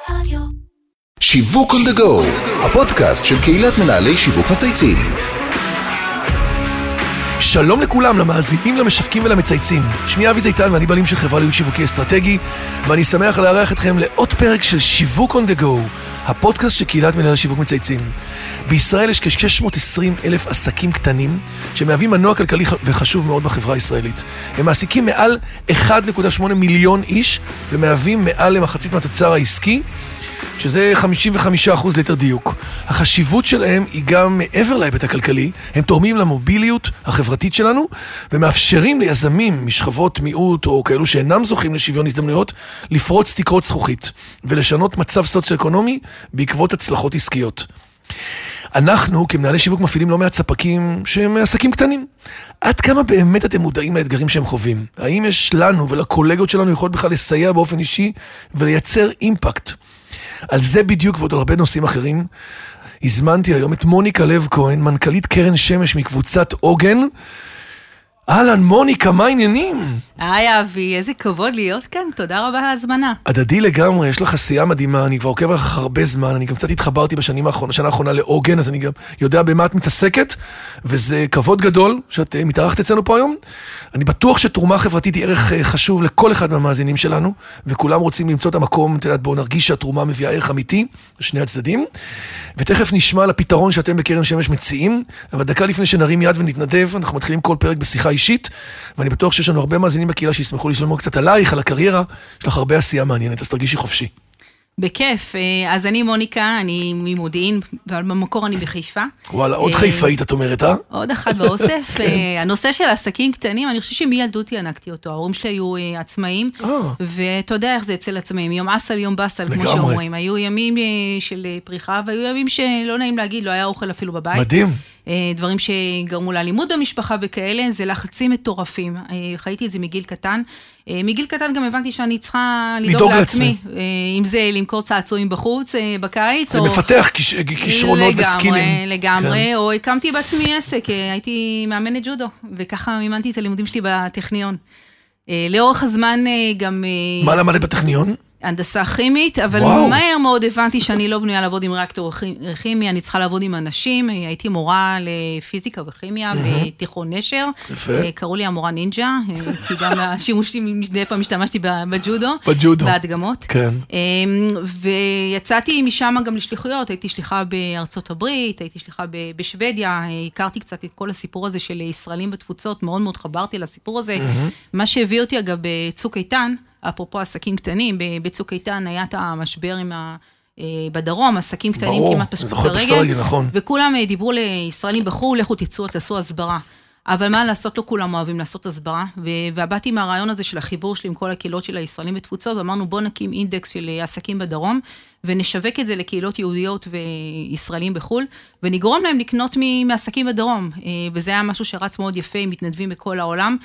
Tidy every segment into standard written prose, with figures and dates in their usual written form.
רדיו. שיווק on the go, הפודקאסט של קהילת מנהלי שיווק מצייצים. שלום לכולם, למאזינים, למשווקים ולמצייצים. שמי אבי זיתן ואני בעלים של חברה לייעוץ שיווקי אסטרטגי, ואני שמח לארח אתכם לעוד פרק של שיווק on the go, הפודקאסט של קהילת מנהלי שיווק מצייצים. בישראל יש כ-620,000 עסקים קטנים שמהווים מנוע כלכלי וחשוב מאוד בחברה הישראלית. הם מעסיקים מעל 1.8 מיליון איש ומהווים מעל למחצית מהתוצר העסקי, שזה 55% ליתר דיוק. החשיבות שלהם היא גם מעבר להיבט הכלכלי, הם תורמים למוביליות החברתית שלנו, ומאפשרים ליזמים משכבות מיעוט או כאלו שאינם זוכים לשוויון הזדמנויות, לפרוץ תקרות זכוכית, ולשנות מצב סוציו-אקונומי בעקבות הצלחות עסקיות. אנחנו כמנהלי שיווק מפעילים לא מעט ספקים שהם עסקים קטנים. עד כמה באמת אתם מודעים לאתגרים שהם חווים? האם יש לנו ולקולגות שלנו יכולת בכלל לסייע באופן אישי ולייצר אימפקט? על זה בדיוק ועוד על הרבה נושאים אחרים, הזמנתי היום את מוניקה לב כהן, מנכ"לית קרן שמש מקבוצת עוגן. אהלן מוניקה, מה העניינים? היי אבי, איזה כבוד להיות כאן, תודה רבה על ההזמנה. הדדי לגמרי, יש לך עשייה מדהימה, אני כבר עוקב לך הרבה זמן, אני גם קצת התחברתי בשנה האחרונה לעוגן, אז אני גם יודע במה את מתעסקת, וזה כבוד גדול שאת מתארחת אצלנו פה היום. אני בטוח שתרומה חברתית היא ערך חשוב לכל אחד מהמאזינים שלנו, וכולם רוצים למצוא את המקום, בואו נרגיש שהתרומה מביאה ערך אמיתי, לשני הצדדים, ותכף נשמע על הפתרון שאתם בקרן שמש מציעים, אבל דקה לפני שנרים יד ונתנדב, אנחנו מתחילים כל פרק בשיחה אישית, ואני בטוח שיש לנו הרבה מאזינים בקהילה שישמחו לשמוע קצת עלייך, על הקריירה, יש לך הרבה עשייה מעניינת, אז תרגישי חופשי. בכיף, אז אני מוניקה, אני ממודיעין, אבל במקור אני בחיפה. וואלה, עוד חיפאית את אומרת, אה? עוד אחת באוסף. הנושא של עסקים קטנים, אני חושב שמילדותי ענקתי אותו, ההורים שלי היו עצמאים, ואתה יודע איך זה אצל עצמאים, יום אסל, יום בסל, כמו שאומרים. היו ימים של פריחה, והיו ימים שלא נעים להגיד, לא היה אוכל אפילו בבית. מדהים. דברים שגרמו לאלימות במשפחה וכאלה, זה לחצים מטורפים. חייתי את זה מגיל קטן. מגיל קטן גם הבנתי שאני צריכה לדאוג לעצמי. אם זה למכור צעצועים בחוץ, בקיץ. זה מפתח כישרונות וסקילים. לגמרי, או הקמתי בעצמי עסק, הייתי מאמנת ג'ודו, וככה מימנתי את הלימודים שלי בטכניון. לאורך הזמן גם... מה למדת בטכניון? הנדסה כימית, אבל מהר מאוד הבנתי שאני לא בנויה לעבוד עם ריאקטור כימי, אני צריכה לעבוד עם אנשים, הייתי מורה לפיזיקה וכימיה בתיכון נשר, קראו לי המורה נינג'ה, כי גם השימוש מדי פעם השתמשתי בג'ודו, בהדגמות, ויצאתי משם גם לשליחויות, הייתי שליחה בארצות הברית, הייתי שליחה בשוודיה, הכרתי קצת את כל הסיפור הזה של ישראלים בתפוצות, מאוד מאוד חברתי לסיפור הזה, מה שהביא אותי אגב בצוק איתן, אפרופו עסקים קטנים, בצוק איתן היה את המשבר בדרום, עסקים קטנים כמעט פשוט ברגל, וכולם דיברו לישראלים בחו"ל, לכו תצאו, תעשו הסברה. אבל מה לעשות, לא כולם אוהבים לעשות הסברה, ובאתי מהרעיון הזה של החיבור שלי עם כל הקהילות של הישראלים בתפוצות, ואמרנו בוא נקים אינדקס של עסקים בדרום, ונשווק את זה לקהילות יהודיות וישראלים בחו"ל, ונגרום להם לקנות מעסקים בדרום, וזה היה משהו שרץ מאוד יפה, עם מתנדבים בכל העולם,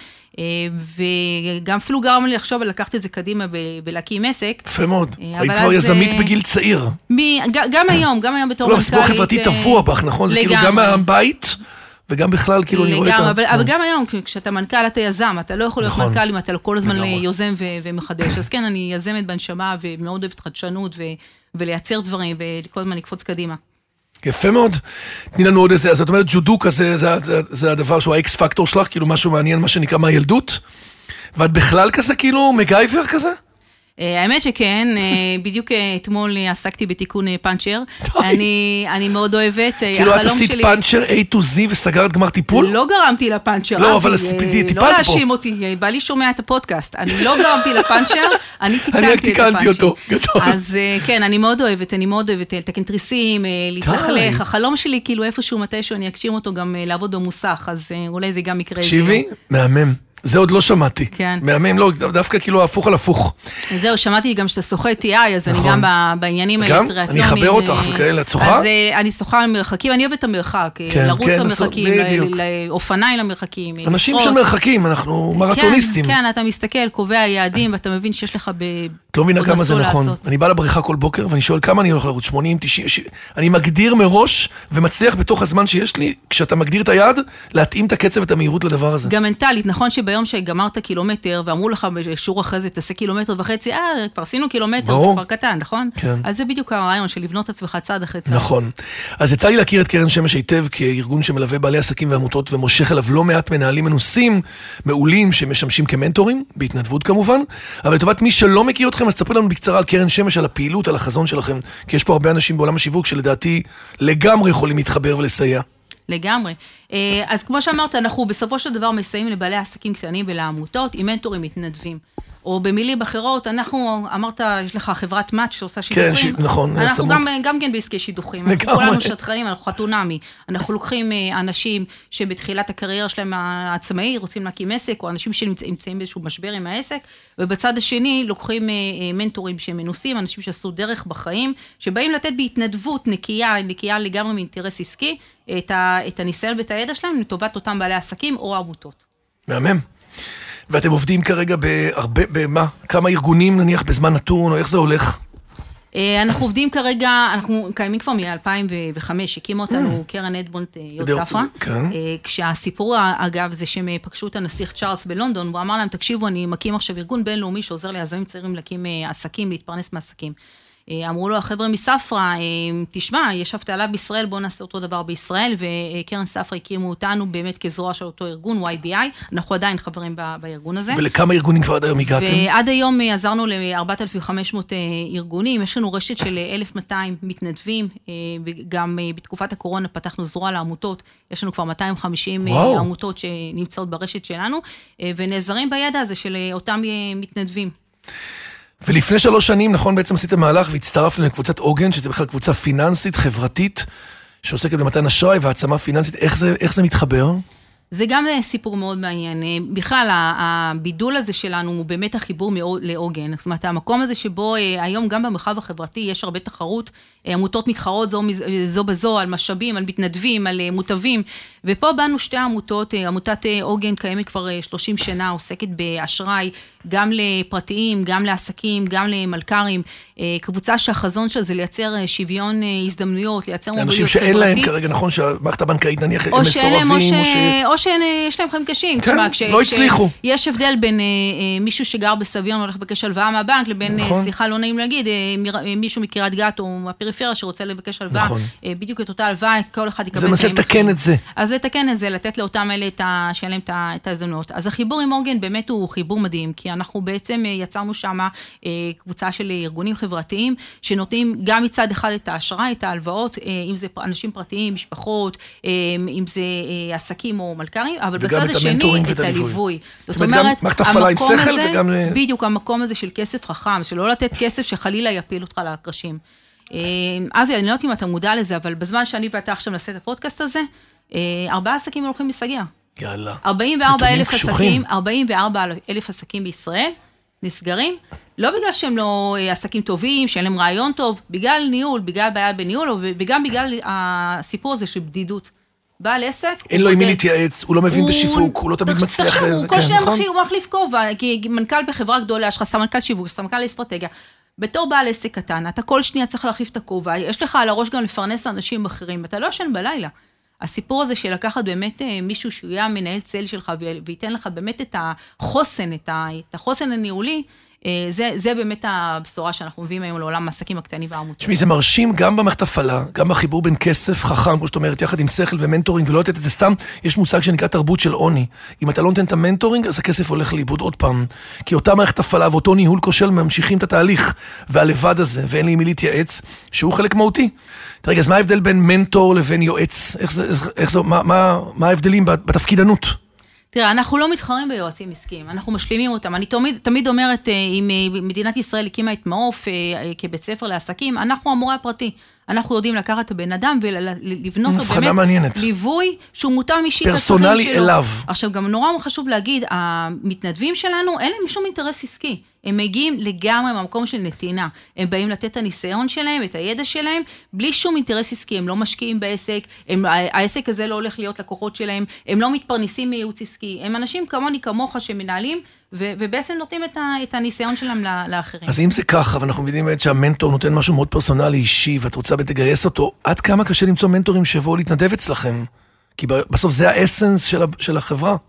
וגם אפילו גרם לי לחשוב ולקחת את זה קדימה ולהקים עסק. יפה מאוד, היית כבר יזמית בגיל צעיר. גם היום בתור מנכ"לית. הסיפור החברתי טבוע בך, נכון? זה כאילו גם מהבית, וגם בכלל, כאילו אני רואה את אבל גם היום, כשאתה מנכ"ל, אתה יזם, אתה לא יכול להיות מנכ"ל אם אתה כל הזמן יוזם ומחדש. אז כן, אני יזמת בנשמה, ומאוד אוהבת חדשנות, ולייצר דברים, וכל הזמן לקפוץ קדימה. יפה מאוד. תני לנו עוד איזה, אז את אומרת, ג'ודו כזה, זה הדבר שהוא האקס פקטור שלך, כאילו משהו מעניין, מה שנקרא מהילדות, ואת בכלל כזה, כאילו מגייבר כזה? האמת שכן, בדיוק אתמול עסקתי בתיקון פאנצ'ר, אני מאוד אוהבת, כאילו את עשית פאנצ'ר A to Z וסגרת גמר טיפול? לא גרמתי לפאנצ'ר, לא, אבל טיפלת פה. לא להאשים אותי, בא לי שומע את הפודקאסט, אני לא גרמתי לפאנצ'ר, אני תיקנתי אותו. אז כן, אני מאוד אוהבת לתקן תריסים, להתנחלך, החלום שלי כאילו איפשהו מתישהו אני אגשים אותו גם לעבוד במוסך, אז אולי זה גם יקרה. תקשיבי, מהמם. זה עוד לא שמעתי. כן. מהמם, לא, דווקא כאילו הפוך על הפוך. זהו, שמעתי גם שאתה שוחה TI, אז אני גם בעניינים האלה טריאטלונים. אני אחבר אותך וכאלה, את שוחה? אז אני שוחה למרחקים, אני אוהבת את המרחק, לרוץ למרחקים, לאופניים למרחקים. אנשים של מרחקים, אנחנו מרתוניסטים. כן, אתה מסתכל, קובע יעדים, ואתה מבין שיש לך את לא מבינה כמה זה נכון. אני בא לבריכה כל בוקר, ואני שואל כמה אני הולך לרוץ, 80, 90, אני מגדיר מראש, ומצליח בתוך הזמן שיש לי, כשאתה מגדיר את היעד, להתאים את הקצב ואת המהירות לדבר הזה. גם מנטלית, נכון ביום שגמרת קילומטר, ואמרו לך בשיעור אחרי זה, תעשה קילומטר וחצי, כבר עשינו קילומטר, זה כבר קטן, נכון? כן. אז זה בדיוק הרעיון של לבנות עצמך צעד אחרי צעד. נכון. אז יצא לי להכיר את קרן שמש היטב כארגון שמלווה בעלי עסקים ועמותות ומושך אליו לא מעט מנהלים מנוסים, מעולים שמשמשים כמנטורים, בהתנדבות כמובן, אבל לטובת מי שלא מכיר אתכם, אז תספרו לנו בקצרה על קרן שמש, על הפעילות, על החזון שלכם, כי יש פה הרבה אנשים בעולם השיווק שלדעתי לגמרי יכולים להתחבר ולסייע. לגמרי. אז כמו שאמרת, אנחנו בסופו של דבר מסייעים לבעלי עסקים קטנים ולעמותות עם מנטורים מתנדבים. או במילים אחרות, אנחנו, אמרת, יש לך חברת מאץ' שעושה שידוכים. כן, נכון. אנחנו גם כן בעסקי שידוכים. אנחנו כולנו שטחנים, אנחנו חתונמי. אנחנו לוקחים אנשים שבתחילת הקריירה שלהם העצמאי, רוצים להקים עסק, או אנשים שנמצאים באיזשהו משבר עם העסק, ובצד השני לוקחים מנטורים שמנוסים, אנשים שעשו דרך בחיים, שבאים לתת בהתנדבות נקייה לגמרי מאינטרס עסקי, את הניסיון ואת הידע שלהם לטובת אותם בעלי עסקים או עמותות. מהמם. ואתם עובדים כרגע כמה ארגונים נניח בזמן נתון, או איך זה הולך? אנחנו עובדים כרגע, אנחנו קיימים כבר מ-2005, הקימו אותנו קרן אדמונד יוצפרה, כשהסיפור אגב זה שהם פגשו את הנסיך צ'ארלס בלונדון, והוא אמר להם, תקשיבו, אני מקים עכשיו ארגון בינלאומי שעוזר ליזמים צעירים להקים עסקים, להתפרנס מעסקים. אמרו לו, החבר'ה מספרה, תשמע, ישבת עליו בישראל, בואו נעשה אותו דבר בישראל, וקרן ספרה הקימו אותנו באמת כזרוע של אותו ארגון, YBI, אנחנו עדיין חברים בארגון הזה. ולכמה ארגונים כבר עד היום הגעתם? ועד היום עזרנו ל-4,500 ארגונים, יש לנו רשת של 1,200 מתנדבים, וגם בתקופת הקורונה פתחנו זרוע לעמותות, יש לנו כבר 250 עמותות שנמצאות ברשת שלנו, ונעזרים בידע הזה של אותם מתנדבים. ולפני 3 שנים, נכון, בעצם עשיתם מהלך והצטרפתם לקבוצת עוגן, שזה בכלל קבוצה פיננסית, חברתית, שעוסקת במתן אשראי והעצמה פיננסית. איך זה מתחבר? זה גם סיפור מאוד מעניין. בכלל, הבידול הזה שלנו הוא באמת החיבור לעוגן. זאת אומרת, המקום הזה שבו היום גם במרחב החברתי יש הרבה תחרות, עמותות מתחרות זו בזו, על משאבים, על מתנדבים, על מוטבים, ופה באנו 2 עמותות, עמותת עוגן קיימת כבר 30 שנה, עוסקת באשראי, גם לפרטיים, גם לעסקים, גם למלכ"רים, קבוצה שהחזון שלה זה לייצר שוויון הזדמנויות, לייצר מוביליות חברתית. אנשים שאין להם כרגע, נכון, שהמערכת הבנקאית נניח הם מסורבים, או שיש להם חיים קשים. כן, לא הצליחו. יש הבדל בין מישהו שגר בסביון, הולך לבקש הלוואה מהבנק, לבין, סליחה, לא נעים להגיד, מישהו מקריית גת או מהפריפריה שרוצה לבקש הלוואה, בדיוק את אותה הלוואה, כל אחד יקבל. זה מנסה לתקן את זה. אז לתקן את זה, לתת לאותם אלה שאין להם את ההזדמנות. אז החיבור עם עוגן באמת הוא חיבור מדהים, כי אנחנו בעצם יצרנו שם קבוצה של ארגונים חברתיים, שנותנים גם מצד אחד את האשראי, את ההלוואות, אם זה אנשים פרטיים, משפחות, אם זה עסקים או מלכ"רים, אבל בצד השני את הליווי. זאת אומרת, המקום הזה, בדיוק המקום הזה של כסף חכם, שלא לתת כסף שחלילה יפיל אותך לקרשים. אבי, אני לא יודעת אם אתה מודע לזה, אבל בזמן שאני ואתה עכשיו נעשה את הפודקאסט הזה, 4 עסקים הולכים להיסגר. יאללה. 44,000 עסקים בישראל נסגרים, לא בגלל שהם לא עסקים טובים, שאין להם רעיון טוב, בגלל ניהול, בגלל בעיה בניהול, וגם בגלל הסיפור הזה של בדידות. בעל עסק, אין לו עם מי להתייעץ, הוא לא מבין בשיווק, הוא לא תמיד מצליח. הוא כל שנייה הוא מחליף כובע, כי מנכ"ל בחברה גדולה, יש לך סמנכ"ל שיווק, סמנכ"ל אסטרטגיה, בתור בעל עסק קטן, אתה כל שנייה צריך להחליף את הכובע, יש לך על הראש גם לפרנס לאנשים אחרים, אתה לא ישן בלילה. הסיפור הזה של לקחת באמת מישהו שהוא יהיה מנהל צל שלך, וייתן לך באמת את החוסן, את החוסן הניהולי, זה באמת הבשורה שאנחנו מביאים היום לעולם העסקים הקטנים והעמותות. שמי, זה מרשים גם במערכת הפעלה, גם בחיבור בין כסף חכם, כמו שאת אומרת, יחד עם שכל ומנטורינג, ולא לתת את זה סתם, יש מושג שנקרא תרבות של עוני. אם אתה לא נותן את המנטורינג, אז הכסף הולך לאיבוד עוד פעם. כי אותה מערכת הפעלה ואותו ניהול כושל ממשיכים את התהליך, והלבד הזה, ואין לי מי להתייעץ, שהוא חלק מהותי. תרגע, אז מה ההבדל בין מנטור לבין יועץ? מה ההבדלים בתפקידנות? תראה, אנחנו לא מתחרים ביועצים עסקיים, אנחנו משלימים אותם. אני תמיד אומרת, אם מדינת ישראל הקימה את מעוף כבית ספר לעסקים, אנחנו המורה הפרטי. אנחנו יודעים לקחת את הבן אדם ולבנות לו באמת ליווי שהוא מותאם אישית. פרסונלי אליו. עכשיו, גם נורא חשוב להגיד, המתנדבים שלנו, אין להם שום אינטרס עסקי. הם מגיעים לגמרי מהמקום של נתינה. הם באים לתת את הניסיון שלהם, את הידע שלהם, בלי שום אינטרס עסקי. הם לא משקיעים בעסק, העסק הזה לא הולך להיות לקוחות שלהם, הם לא מתפרנסים מייעוץ עסקי. הם אנשים כמוני, כמוך, שמנהלים, ובעצם נותנים את הניסיון שלהם לאחרים. אז אם זה ככה, ואנחנו מבינים שהמנטור נותן משהו מאוד פרסונלי, אישי, ואת רוצה לגייס אותו, עד כמה קשה למצוא מנטורים שיבואו להתנדב אצלכם? כי בסוף זה האסנס של החברה.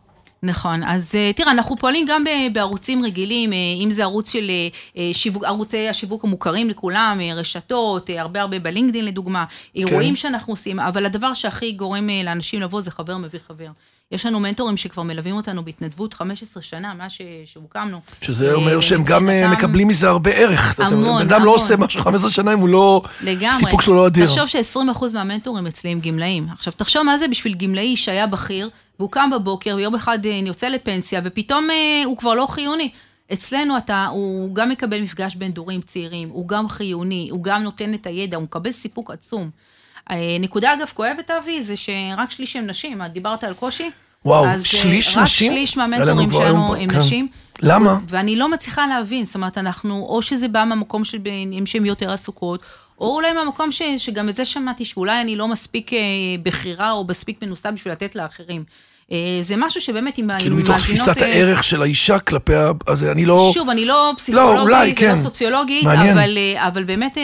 נכון, אז תראה, אנחנו פועלים גם בערוצים רגילים, אם זה ערוץ של ערוצי השיווק המוכרים לכולם, רשתות, הרבה בלינקדין לדוגמה, אירועים שאנחנו עושים, אבל הדבר שהכי גורם לאנשים לבוא זה חבר מביא חבר. יש לנו מנטורים שכבר מלווים אותנו בהתנדבות 15 שנה, מה שהוקמנו. שזה אומר שהם גם מקבלים מזה הרבה ערך. המון. אדם לא עושה משהו 15 שנה אם הוא לא, סיפוק שלו לא אדיר. תחשוב ש20% מהמנטורים אצלם גמלאים. עכשיו, תחשוב מה זה בשביל גמלאי שהיה בכיר, והוא קם בבוקר, ויום אחד יוצא לפנסיה, ופתאום הוא כבר לא חיוני. אצלנו הוא גם מקבל מפגש בין דורים צעירים, הוא גם חיוני, הוא גם נותן את הידע, הוא מקבל סיפוק עצום. נקודה אגב כואבת אבי, זה שרק שליש הם נשים, דיברת על קושי? וואו, שליש רק נשים? רק שליש מהמנטורים שלנו הם נשים. למה? ואני לא מצליחה להבין, זאת אומרת, או שזה בא מהמקום של שהן יותר עסוקות, או אולי מהמקום שגם את זה שמעתי, שאולי אני לא מספיק בחירה או מספיק מנוסה בשביל לתת לאחרים. זה משהו שבאמת עם כאילו מתוך תפיסת הערך של האישה כלפי, אז אני לא... שוב, אני לא פסיכולוגית, לא סוציולוגית, אבל באמת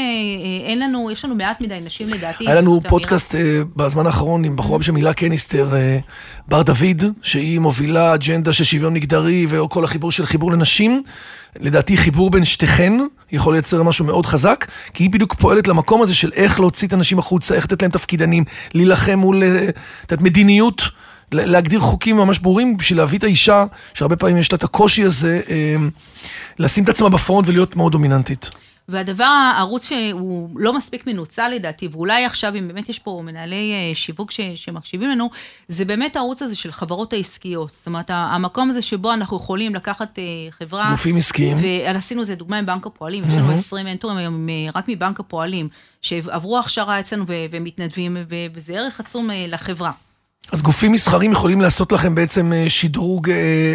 יש לנו מעט מדי נשים לדעתי. היה לנו פודקאסט בזמן האחרון עם בחורה בשם הילה קניסטר, בר דוד, שהיא מובילה אג'נדה של שוויון מגדרי, וכל החיבור של חיבור לנשים. לדעתי חיבור בין שתיכן יכול לייצר משהו מאוד חזק, כי היא בדיוק פועלת למקום הזה של איך להוציא את הנשים החוצה, איך לתת להם תפקידנים, להילחם מול מדיניות, להגדיר חוקים ממש ברורים, בשביל להביא את האישה, שהרבה פעמים יש לה את הקושי הזה, לשים את עצמה בפרונט ולהיות מאוד דומיננטית. והדבר, הערוץ שהוא לא מספיק מנוצל לדעתי, ואולי עכשיו, אם באמת יש פה מנהלי שיווק שמקשיבים לנו, זה באמת הערוץ הזה של חברות העסקיות. זאת אומרת, המקום הזה שבו אנחנו יכולים לקחת חברה... גופים עסקיים. ועשינו זה דוגמה עם בנק הפועלים, יש לנו 20 מנטורים היום רק מבנק הפועלים, שעברו הכשרה אצלנו ומתנדבים, וזה ערך עצום לחברה. אז גופים מסחרים יכולים לעשות לכם בעצם שדרוג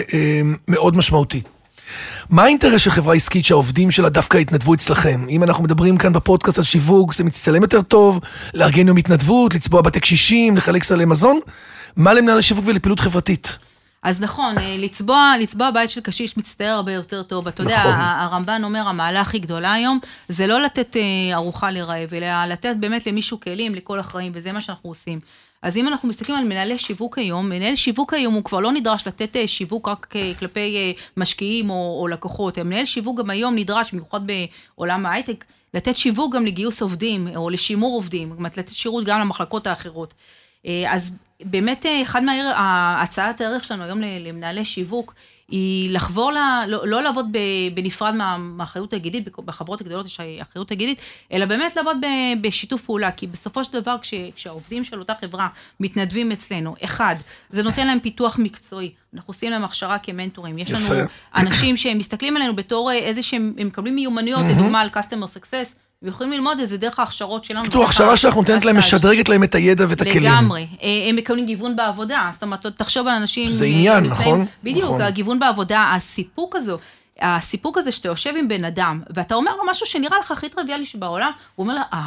מאוד משמעותי. מה האינטרס של חברה עסקית שהעובדים שלה דווקא יתנדבו אצלכם? אם אנחנו מדברים כאן בפודקאסט על שיווק, זה מצטלם יותר טוב, לארגן יום התנדבות, לצבוע בתי קשישים, לחלק סלי מזון? מה למנהל השיווק ולפעילות חברתית? אז נכון, לצבוע בית של קשיש מצטער הרבה יותר טוב. אתה יודע, הרמב"ן אומר, המעלה הכי גדולה היום, זה לא לתת ארוחה לרעב, אלא לתת באמת למישהו כלים לכל החיים, וזה מה שאנחנו עושים. אז אם אנחנו מסתכלים על מנהלי שיווק היום, מנהל שיווק היום הוא כבר לא נדרש לתת שיווק רק כלפי משקיעים או לקוחות. מנהל שיווק גם היום נדרש, במיוחד בעולם ההייטק, לתת שיווק גם לגיוס עובדים או לשימור עובדים, זאת אומרת, לתת שירות גם למחלקות האחרות. אז באמת, הצעת הערך שלנו היום למנהלי שיווק, היא לחבור לא לעבוד בנפרד מהאחריות תאגידית, בחברות הגדולות יש אחריות תאגידית, אלא באמת לעבוד בשיתוף פעולה, כי בסופו של דבר, כשהעובדים של אותה חברה מתנדבים אצלנו, אחד, זה נותן להם פיתוח מקצועי, אנחנו עושים להם הכשרה כמנטורים, יש לנו אנשים שהם מסתכלים עלינו בתור איזה שהם מקבלים מיומנויות, לדוגמה על Customer Success, ויכולים ללמוד את זה דרך ההכשרות שלנו. כתוב, ההכשרה שאנחנו נותנת להם, משדרגת להם את הידע ואת הכלים. לגמרי. הם מקבלים גיוון בעבודה. זאת אומרת, תחשוב על אנשים... שזה עניין, נכון? בדיוק, הגיוון בעבודה, הסיפוק הזה שאתה יושב עם בן אדם, ואתה אומר לו משהו שנראה לך הכי טריוויאלי שבעולם, הוא אומר לו,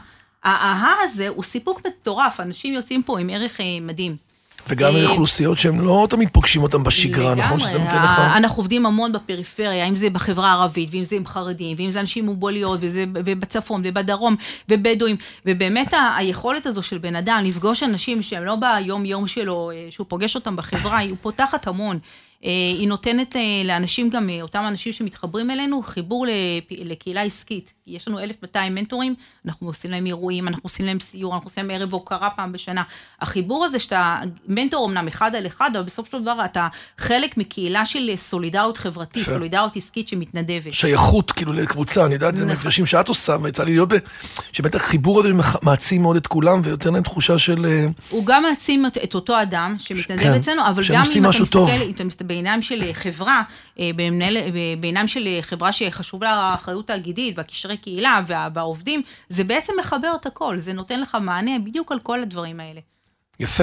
הזה הוא סיפוק מטורף, אנשים יוצאים פה עם ערך מדהים. וגם אוכלוסיות שהם לא תמיד פוגשים אותם בשגרה, נכון? שזה נותן לך... אנחנו עובדים המון בפריפריה, אם זה בחברה הערבית, ואם זה עם חרדים, ואם זה אנשים עם מוגבלויות, ובצפון, ובדרום, ובדואים, ובאמת היכולת הזו של בן אדם לפגוש אנשים שהם לא ביום שלו, שהוא פוגש אותם בחברה, היא פותחת המון. היא נותנת לאנשים גם, אותם אנשים שמתחברים אלינו, חיבור לקהילה עסקית. יש לנו 1,200 מנטורים, אנחנו עושים להם אירועים, אנחנו עושים להם סיור, אנחנו עושים להם ערב הוקרה פעם בשנה. החיבור הזה שאתה מנטור אמנם אחד על אחד, אבל בסוף של דבר אתה חלק מקהילה של סולידריות חברתית, סולידריות עסקית שמתנדבת. שייכות כאילו לקבוצה, אני יודעת, זה מפגשים שאת עושה, ויצא לי להיות שבאמת החיבור הזה מעצים מאוד את כולם, ויותר להם תחושה של... הוא גם מעצים את אותו אדם שמתנדב אצלנו, אבל גם אם אתה מסתכל בעיניים של חברה, בעיניים של חברה שחשוב לה האחריות תאגידית והקשרי קהילה והעובדים, זה בעצם מחבר את הכל, זה נותן לך מענה בדיוק על כל הדברים האלה. יפה.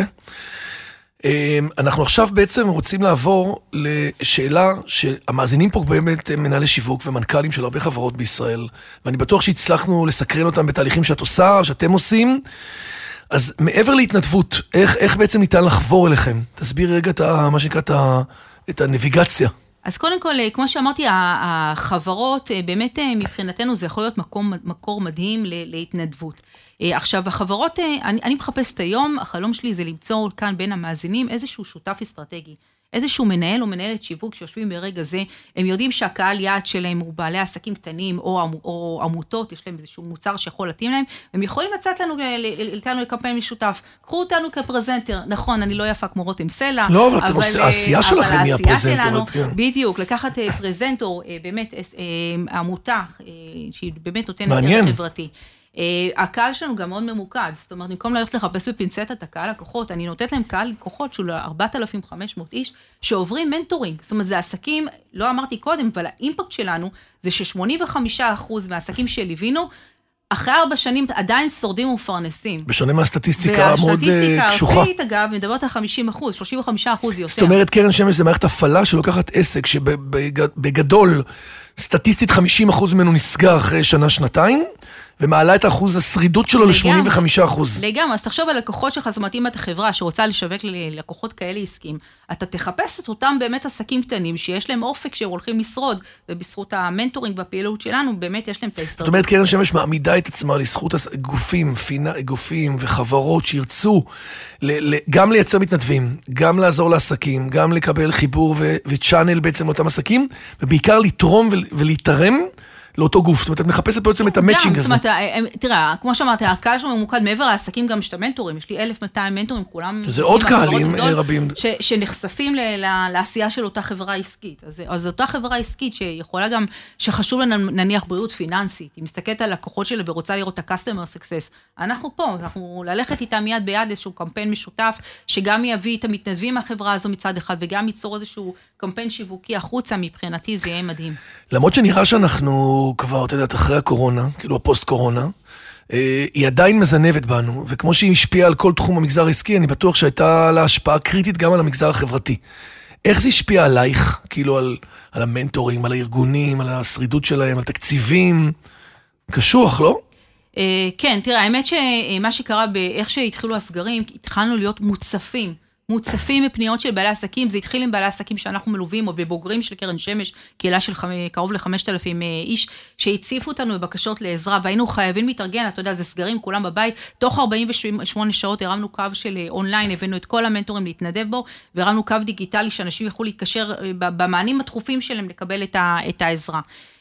אנחנו עכשיו בעצם רוצים לעבור לשאלה שהמאזינים פה באמת מנהלי שיווק ומנכ"לים של הרבה חברות בישראל, ואני בטוח שהצלחנו לסקרן אותם בתהליכים שאת עושה, שאתם עושים, אז מעבר להתנדבות, איך בעצם ניתן לחבור אליכם? תסביר רגע מה שנקרא את הנביגציה. אז קודם כל, כמו שאמרתי, החברות, באמת מבחינתנו זה יכול להיות מקור מדהים להתנדבות. עכשיו, החברות, אני מחפשת היום, החלום שלי זה למצוא כאן בין המאזינים איזשהו שותף אסטרטגי. איזשהו מנהל או מנהלת שיווק שיושבים ברגע זה, הם יודעים שהקהל יעד שלהם הוא בעלי עסקים קטנים או עמותות, יש להם איזשהו מוצר שיכול להתאים להם, הם יכולים לצאת לנו לקמפיין משותף. קחו אותנו כפרזנטר. נכון, אני לא יפה כמו רותם סלע. לא, אבל העשייה שלכם היא הפרזנטורית. בדיוק, לקחת פרזנטור, באמת עמותה, שהיא באמת נותנת ערך חברתי. הקהל שלנו גם מאוד ממוקד, זאת אומרת, במקום ללכת לחפש בפינצטת הקהל לקוחות, אני נותנת להם קהל לקוחות של 4,500 איש, שעוברים מנטורינג, זאת אומרת, זה עסקים, לא אמרתי קודם, אבל האימפקט שלנו, זה ש85% מהעסקים שליווינו, אחרי 4 שנים עדיין שורדים ומפרנסים. בשונה מהסטטיסטיקה מאוד קשוחה. והסטטיסטיקה הארצית, אגב, מדברת על 50%, 35% יותר. זאת אומרת, קרן שמש זה מערכת הפעלה שלוקחת עסק שבגדול, סטטיסטית 50% ממנו נסגר אחרי שנה-שנתיים, ומעלה את אחוז השרידות שלו ל-85%. לגמרי, אז תחשוב על לקוחות שלך, זאת אומרת, אם את החברה שרוצה לשווק ללקוחות כאלה עסקים, אתה תחפש את אותם באמת עסקים קטנים, שיש להם אופק שהם הולכים לשרוד, ובזכות המנטורינג והפעילות שלנו, באמת יש להם את ההסתרדות. זאת אומרת, קרן שמש מעמידה את עצמה לזכות גופים וחברות שירצו גם לייצר מתנדבים, גם לעזור לעסקים, גם לקבל חיבור וצ'אנל בעצם לאותם עסקים, ובעיקר לתרום ולהתרם לאותו גוף. זאת אומרת, את מחפשת בעצם את המאצ'ינג הזה. זאת אומרת, תראה, כמו שאמרתי, הקהל שלנו ממוקד מעבר לעסקים גם שאת המנטורים, יש לי 1,200 מנטורים, כולם... זה עוד קהלים רבים. שנחשפים לעשייה של אותה חברה עסקית. אז אותה חברה עסקית שיכולה גם, שחשוב לנו נניח בריאות פיננסית, היא מסתכלת על לקוחות שלה ורוצה לראות את ה-customer success. אנחנו פה, אנחנו ללכת איתם יד ביד איזשהו קמפיין משותף, שגם יביא את המתנדבים מהחברה הזו מצד אחד, וגם ייצור איזשהו קמפיין שיווקי החוצה, מבחינתי זה יהיה מדהים. למרות שנראה שאנחנו כבר, אתה יודעת, אחרי הקורונה, כאילו הפוסט קורונה, היא עדיין מזנבת בנו, וכמו שהיא השפיעה על כל תחום המגזר העסקי, אני בטוח שהייתה לה השפעה קריטית גם על המגזר החברתי. איך זה השפיע עלייך, כאילו על המנטורים, על הארגונים, על השרידות שלהם, על תקציבים? קשוח, לא? כן, תראה, האמת שמה שקרה באיך שהתחילו הסגרים, התחלנו להיות מוצפים מפניות של בעלי עסקים, זה התחיל עם בעלי עסקים שאנחנו מלווים, או בבוגרים של קרן שמש, קהילה של קרוב ל5,000 איש, שהציפו אותנו בבקשות לעזרה, והיינו חייבים להתארגן, אתה יודע, זה סגרים, כולם בבית, תוך 48 שעות הרמנו קו של אונליין, הבאנו את כל המנטורים להתנדב בו, והרמנו קו דיגיטלי, שאנשים יכולו להתקשר במענים הדחופים שלהם לקבל את העזרה.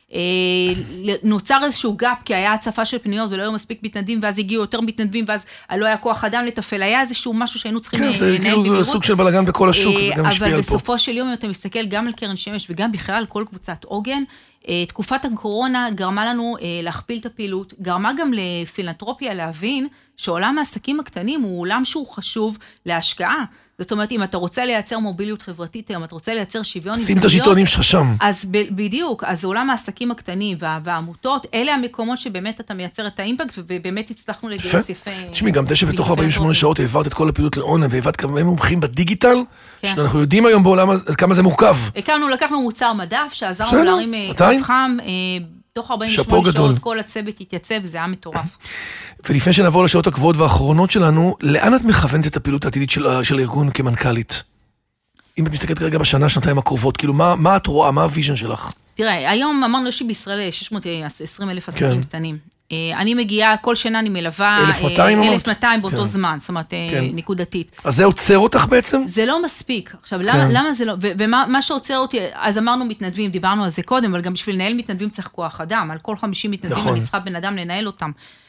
נוצר איזשהו גאפ, כי היה הצפה של פניות ולא היו מספיק מתנדבים, ואז הגיעו יותר מתנדבים, ואז לא היה כוח אדם לטפל, היה איזשהו משהו שהיינו צריכים לנהל במהירות. כן, זה כאילו סוג של בלגן בכל השוק, זה גם משפיע על פה. אבל בסופו של יום, אם אתה מסתכל גם על קרן שמש, וגם בכלל על כל קבוצת עוגן, תקופת הקורונה גרמה לנו להכפיל את הפעילות, גרמה גם לפילנתרופיה להבין שעולם העסקים הקטנים הוא עולם שהוא חשוב להשקעה. זאת אומרת, אם אתה רוצה לייצר מוביליות חברתית, אם אתה רוצה לייצר שוויון שים את השלטונים שלך שם. אז בדיוק, אז עולם העסקים הקטנים והעמותות, אלה המקומות שבאמת אתה מייצר את האימפקט, ובאמת הצלחנו לגייס יפה. תשמעי, גם זה שבתוך 48 שעות העברת את כל הפעילות לאונליין, והבאת כמה מומחים בדיגיטל, שאנחנו יודעים היום בעולם כמה זה מורכב. לקחנו מוצר מדף, שעזרנו להרים קו חם, תוך 48 שעות כל הצוות התייצב, זה היה מטורף. ולפני שנעבור לשעות הקבועות והאחרונות שלנו, לאן את מכוונת את הפעילות העתידית של הארגון כמנכ"לית? אם את מסתכלת כרגע בשנה, שנתיים הקרובות, כאילו מה את רואה, מה הוויז'ן שלך? תראה, היום אמרנו שבישראל 620,000 עסקים קטנים. אני מגיעה, כל שנה אני מלווה 1,200 באותו זמן, זאת אומרת, נקודתית. אז זה עוצר אותך בעצם? זה לא מספיק. עכשיו, למה זה לא, ומה שעוצר אותי, אז אמרנו מתנדבים, דיברנו על זה קודם, אבל גם בשביל לנהל מתנדבים צריך כוח אדם, על כל 50 מתנדבים אני צריכה בן אדם לנהל אותם.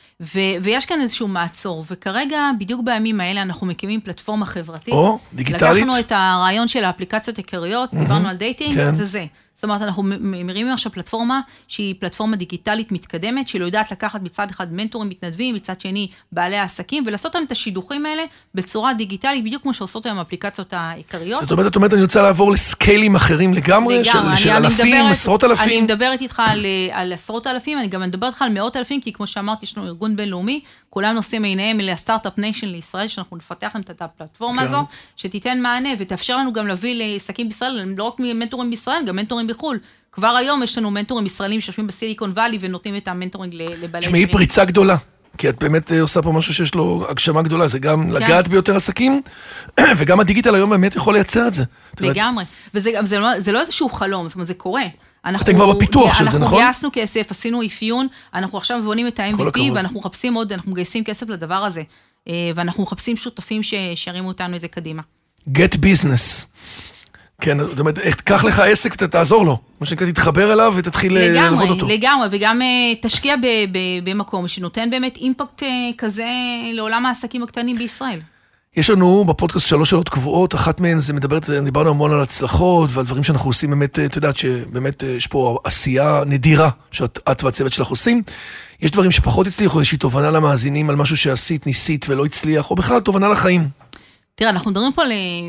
ויש כאן איזשהו מעצור, וכרגע, בדיוק בימים האלה, אנחנו מקימים פלטפורמה חברתית. או, דיגיטלית. לקחנו את הרעיון של האפליקציות עיקריות, דיברנו על דייטינג, זה. זאת אומרת, אנחנו מרימים עכשיו פלטפורמה, שהיא פלטפורמה דיגיטלית מתקדמת, שלא יודעת לקחת מצד אחד מנטורים מתנדבים, מצד שני בעלי העסקים, ולעשות להם את השידוכים האלה בצורה דיגיטלית, בדיוק כמו שעושות היום האפליקציות העיקריות. זאת אומרת, אני רוצה לעבור לסקיילים אחרים לגמרי, של אלפים, עשרות אלפים. אני מדברת איתך על עשרות אלפים, אני גם מדברת איתך על מאות אלפים, כי כמו שאמרתי, יש לנו ארגון בינלאומי, כולם נושאים עיניהם לסטארט-אפ ניישן לישראל, שאנחנו נפתח להם את הפלטפורמה הזו, שתיתן מענה ותאפשר לנו גם להביא לעסקים בישראל, לא רק מנטורים בישראל, גם מנטורים בחו"ל. כבר היום יש לנו מנטורים ישראלים שיושבים בסיליקון ואלי ונותנים את המנטורינג לבעלי... שמעי פריצה גדולה, כי את באמת עושה פה משהו שיש לו הגשמה גדולה, זה גם לגעת ביותר עסקים, וגם הדיגיטל היום באמת יכול לייצר את זה. לגמרי, וזה לא איזשהו חלום, זאת אומרת, זה קורה. אתם כבר בפיתוח של זה, נכון? אנחנו גייסנו כסף, עשינו אפיון, אנחנו עכשיו מבונים את ה-MVP, ואנחנו מחפשים עוד, אנחנו מגייסים כסף לדבר הזה, ואנחנו מחפשים שותפים שירימו אותנו את זה קדימה. Get business. כן, זאת אומרת, קח לך עסק, תעזור לו. מה שנקרא, תתחבר אליו ותתחיל ללוות אותו. לגמרי, וגם תשקיע במקום שנותן באמת אימפקט כזה לעולם העסקים הקטנים בישראל. יש לנו בפודקאסט 3 שאלות קבועות, אחת מהן זה דיברנו המון על הצלחות ועל דברים שאנחנו עושים באמת, את יודעת שבאמת יש פה עשייה נדירה שאת והצוות שלך עושים. יש דברים שפחות הצליחו, איזושהי תובנה למאזינים על משהו שעשית, ניסית ולא הצליח, או בכלל תובנה לחיים. תראה, אנחנו מדברים פה על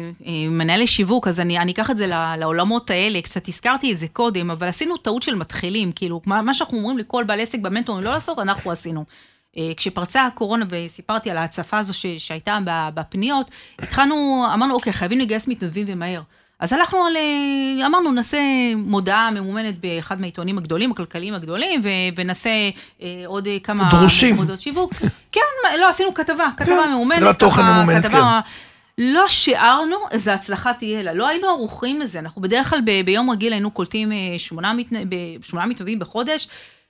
מנהלי שיווק, אז אני אקח את זה לעולמות האלה, קצת הזכרתי את זה קודם, אבל עשינו טעות של מתחילים, כאילו, מה שאנחנו אומרים לכל בעל עסק במנטורים, לא לעשות, אנחנו עשינו. כשפרצה הקורונה וסיפרתי על ההצפה הזו שהייתה בפניות, התחלנו, אמרנו, אוקיי, חייבים לגייס מתנדבים ומהר. אז אמרנו, נעשה מודעה ממומנת באחד מהעיתונים הגדולים, הכלכליים הגדולים, ונעשה עוד כמה מודעות שיווק. כן, לא, עשינו כתבה ממומנת. כתבה תוכן ממומנת, כן. לא שיערנו איזו הצלחה תהיה לה, לא היינו ערוכים לזה, אנחנו בדרך כלל ביום רגיל היינו קולטים 8 מתנדבים בחודש,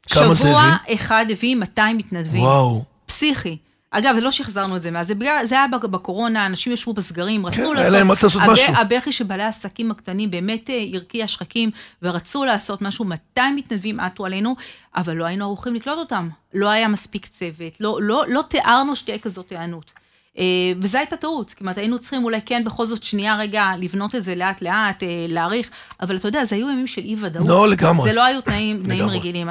שבוע אחד הביא 200 מתנדבים. וואו. פסיכי. אגב, זה לא שחזרנו את זה, זה היה בקורונה, אנשים ישבו בסגרים, רצו לעשות משהו. הבכי שבעלי העסקים הקטנים באמת הרקיע שחקים, ורצו לעשות משהו, 200 מתנדבים עטו עלינו, אבל לא היינו ערוכים לקלוט אותם. לא היה מספיק צוות, לא תיארנו שתהיה כזאת הענות. וזו הייתה טעות, כמעט היינו צריכים אולי כן בכל זאת שנייה רגע לבנות את זה לאט לאט, להאריך, אבל אתה יודע, זה היו ימים של אי ודאות. לא, לגמרי. זה לא היו תנאים רגילים.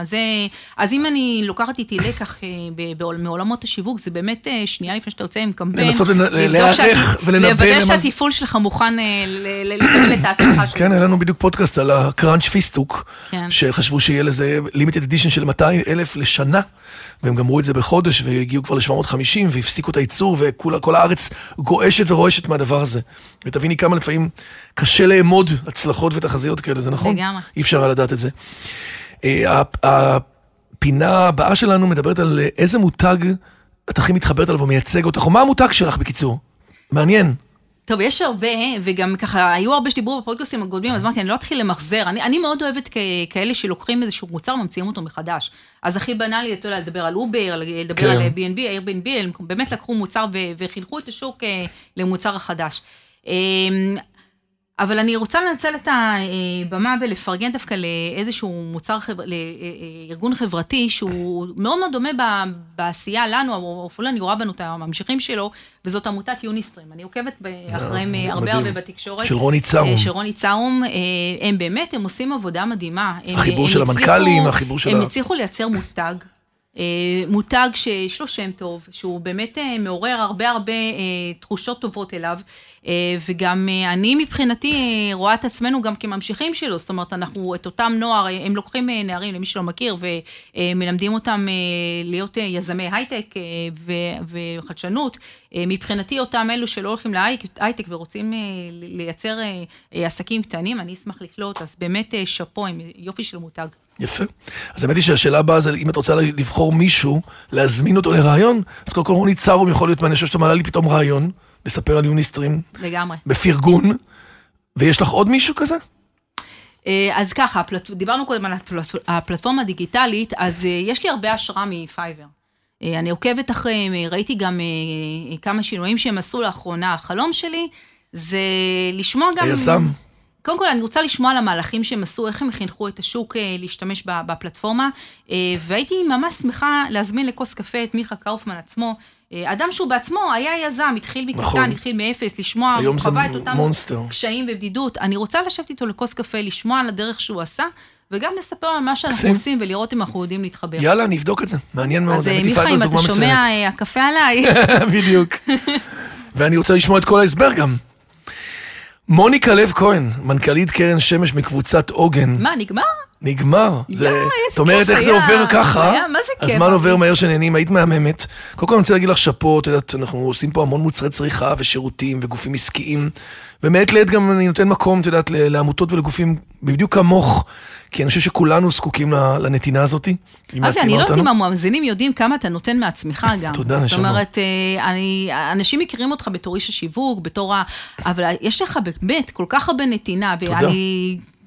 אז אם אני לוקחת איתי לקח מעולמות השיווק, זה באמת שנייה לפני שאתה יוצא עם קמפיין. לנסות להערך ולנבא. לוודא שהטיפול שלך מוכן לקבל את ההצלחה שלך. כן, היה לנו בדיוק פודקאסט על הקראנץ' פיסטוק, שחשבו שיהיה לזה לימיטד אדישן של 200,000 לשנה, והם גמרו את זה בחודש, והגיעו כבר ל-750, והפסיקו את הייצור, וכל הארץ גועשת ורועשת מהדבר הזה. ותביני כמה לפעמים קשה לאמוד הצלחות ותחזיות כאלה, זה נכון? לגמרי. אי אפשר לדעת את זה. הפינה הבאה שלנו מדברת על איזה מותג את הכי מתחברת עליו ומייצג אותך, או מה המותג שלך בקיצור? מעניין. טוב, יש הרבה, וגם ככה, היו הרבה שדיברו בפודקאסטים הקודמים, אז אמרתי, אני לא אתחיל למחזר, אני מאוד אוהבת כאלה שלוקחים איזשהו מוצר, ממציאים אותו מחדש. אז הכי בנאלי, לדבר על אובר, לדבר על B&B, Airbnb, הם באמת לקחו מוצר וחינכו את השוק למוצר החדש. אבל אני רוצה לנצל את הבמה ולפרגן דווקא לאיזשהו מוצר, לארגון חברתי, שהוא מאוד מאוד דומה בעשייה לנו, או אפילו אני רואה בנו את הממשיכים שלו, וזאת עמותת יוניסטרים. אני עוקבת אחריהם הרבה בתקשורת. של רוני צארום. של רוני צארום. הם באמת, הם עושים עבודה מדהימה. החיבור של המנכ"לים, החיבור של הם הצליחו לייצר מותג שיש לו שם טוב, שהוא באמת מעורר הרבה תחושות טובות אליו, וגם אני מבחינתי רואה את עצמנו גם כממשיכים שלו, זאת אומרת, אנחנו את אותם נוער, הם לוקחים נערים למי שלא מכיר, ומלמדים אותם להיות יזמי הייטק וחדשנות, מבחינתי אותם אלו שלא הולכים להייטק ורוצים לייצר עסקים קטנים, אני אשמח לקלוט, אז באמת שפו עם יופי של מותג. יפה. אז האמת היא שהשאלה הבאה זה, אם את רוצה לבחור מישהו, להזמין אותו לרעיון, אז קודם כל רוני צארום יכול להיות מעניין שאתה מעלה לי פתאום רעיון, לספר על יוניסטרים. לגמרי. בפרגון, ויש לך עוד מישהו כזה? אז ככה, דיברנו קודם על הפלטפורמה הדיגיטלית, אז יש לי הרבה השראה מפייבר. אני עוקבת אחריהם, ראיתי גם כמה שינויים שהם עשו לאחרונה. החלום שלי זה לשמוע גם... היזם. קודם כל, אני רוצה לשמוע על המהלכים שהם עשו, איך הם חינכו את השוק להשתמש בפלטפורמה, והייתי ממש שמחה להזמין לכוס קפה את מיכה קאופמן עצמו, אדם שהוא בעצמו היה יזם, התחיל מקטן, התחיל מאפס, לשמוע, הוא חווה את אותם קשיים ובדידות. אני רוצה לשבת איתו לכוס קפה, לשמוע על הדרך שהוא עשה, וגם לספר על מה שאנחנו עושים, ולראות אם אנחנו יודעים להתחבר. יאללה, נבדוק את זה, מעניין מאוד. אז מיכה, אם אתה שומע, הקפה עליי. בדיוק. ואני רוצה לשמוע את כל ההסבר גם. מוניקה לב כהן, מנכ"לית קרן שמש מקבוצת עוגן. מה, נגמר? נגמר. זאת אומרת, איך זה עובר ככה, הזמן עובר מהר שנהנים, היית מהממת. קודם כל אני רוצה להגיד לך שפו, אנחנו עושים פה המון מוצרי צריכה ושירותים וגופים עסקיים, ומעת לעת גם אני נותן מקום, את יודעת, לעמותות ולגופים בדיוק כמוך, כי אני חושב שכולנו זקוקים לנתינה הזאת. אני לא יודעת אם המאזינים יודעים כמה אתה נותן מעצמך גם. תודה, נשמה. זאת אומרת, אנשים מכירים אותך בתור איש השיווק, אבל יש לך באמת כל כך הרבה נתינה, ואני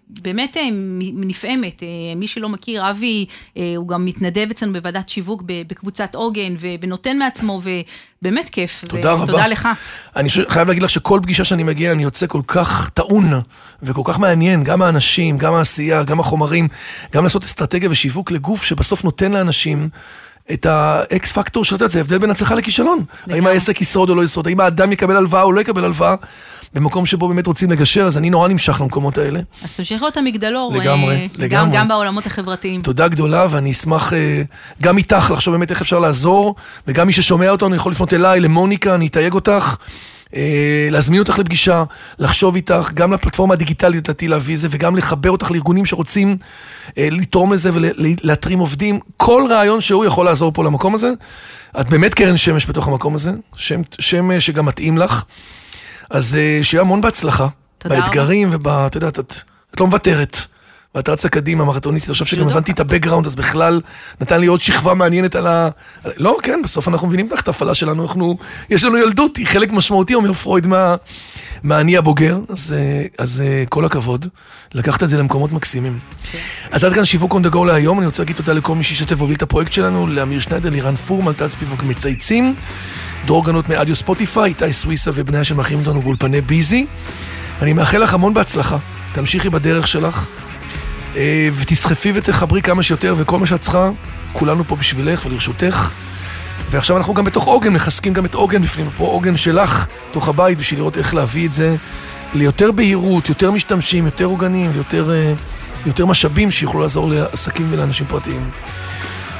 באמת נפעמת. מי שלא מכיר, אבי, הוא גם מתנדב אצלנו בוועדת שיווק בקבוצת עוגן, ונותן מעצמו, ובאמת כיף. תודה רבה. תודה לך. אני חייב להגיד לך שכל פגישה שאני מגיע, אני יוצא כל כך טעון, וכל כך מעניין, גם האנשים, גם העשייה, גם החומרים, גם לעשות אסטרטגיה ושיווק לגוף, שבסוף נותן לאנשים את האקס פקטור של זה, הבדל בין הצלחה לכישלון. האם העסק ישרוד או לא ישרוד, האם האדם יקבל הלוואה או לא יקבל הלוואה, במקום שבו באמת רוצים לגשר, אז אני נורא נמשך למקומות האלה. אז תמשיך להיות המגדלור, לגמרי. גם בעולמות החברתיים. תודה גדולה, ואני אשמח גם איתך לחשוב באמת איך אפשר לעזור, וגם מי ששומע אותו, אני יכול לפנות אליי, למוניקה, אני אתייג אותך, להזמין אותך לפגישה, לחשוב איתך, גם לפלטפורמה הדיגיטלית לדעתי להביא זה, וגם לחבר אותך לארגונים שרוצים לתרום לזה ולהתרים עובדים. כל רעיון שהוא יכול לעזור פה למקום הזה. את באמת קרן שמש בתוך המקום הזה, שם שגם מתאים לך. אז שיהיה המון בהצלחה, באתגרים את יודעת, את לא מוותרת. ואת רצה קדימה, מרתוניסטית, עכשיו שגם הבנתי את הבקגראונד, אז בכלל נתן לי עוד שכבה מעניינת על לא, כן, בסוף אנחנו מבינים את ההפעלה שלנו, יש לנו ילדות, היא חלק משמעותי, אומר פרויד, מהאני הבוגר, אז כל הכבוד, לקחת את זה למקומות מקסימים. אז עד כאן שיווק on the go להיום, אני רוצה להגיד תודה לכל מי שישתף והוביל את הפרויקט שלנו, לאמיר שניידר, לירן פורמן, טל ספיבוק מצייצים, דרור גנות מאדיו ספוטיפיי, איתי סוויסה ובניה שמאחרים אותנו באולפני ביזי. אני מאחל לך המון בהצלחה, תמשיכי בדרך שלך, ותסחפי ותחברי כמה שיותר, וכל מה שאת צריכה, כולנו פה בשבילך ולרשותך. ועכשיו אנחנו גם בתוך עוגן, מחזקים גם את עוגן בפנים, פה עוגן שלך, תוך הבית, בשביל לראות איך להביא את זה ליותר בהירות, יותר משתמשים, יותר עוגנים, ויותר משאבים שיוכלו לעזור לעסקים ולאנשים פרטיים.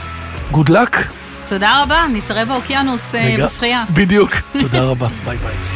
Good luck. תודה רבה, נתראה באוקיינוס בשחייה. בדיוק, תודה רבה, ביי ביי.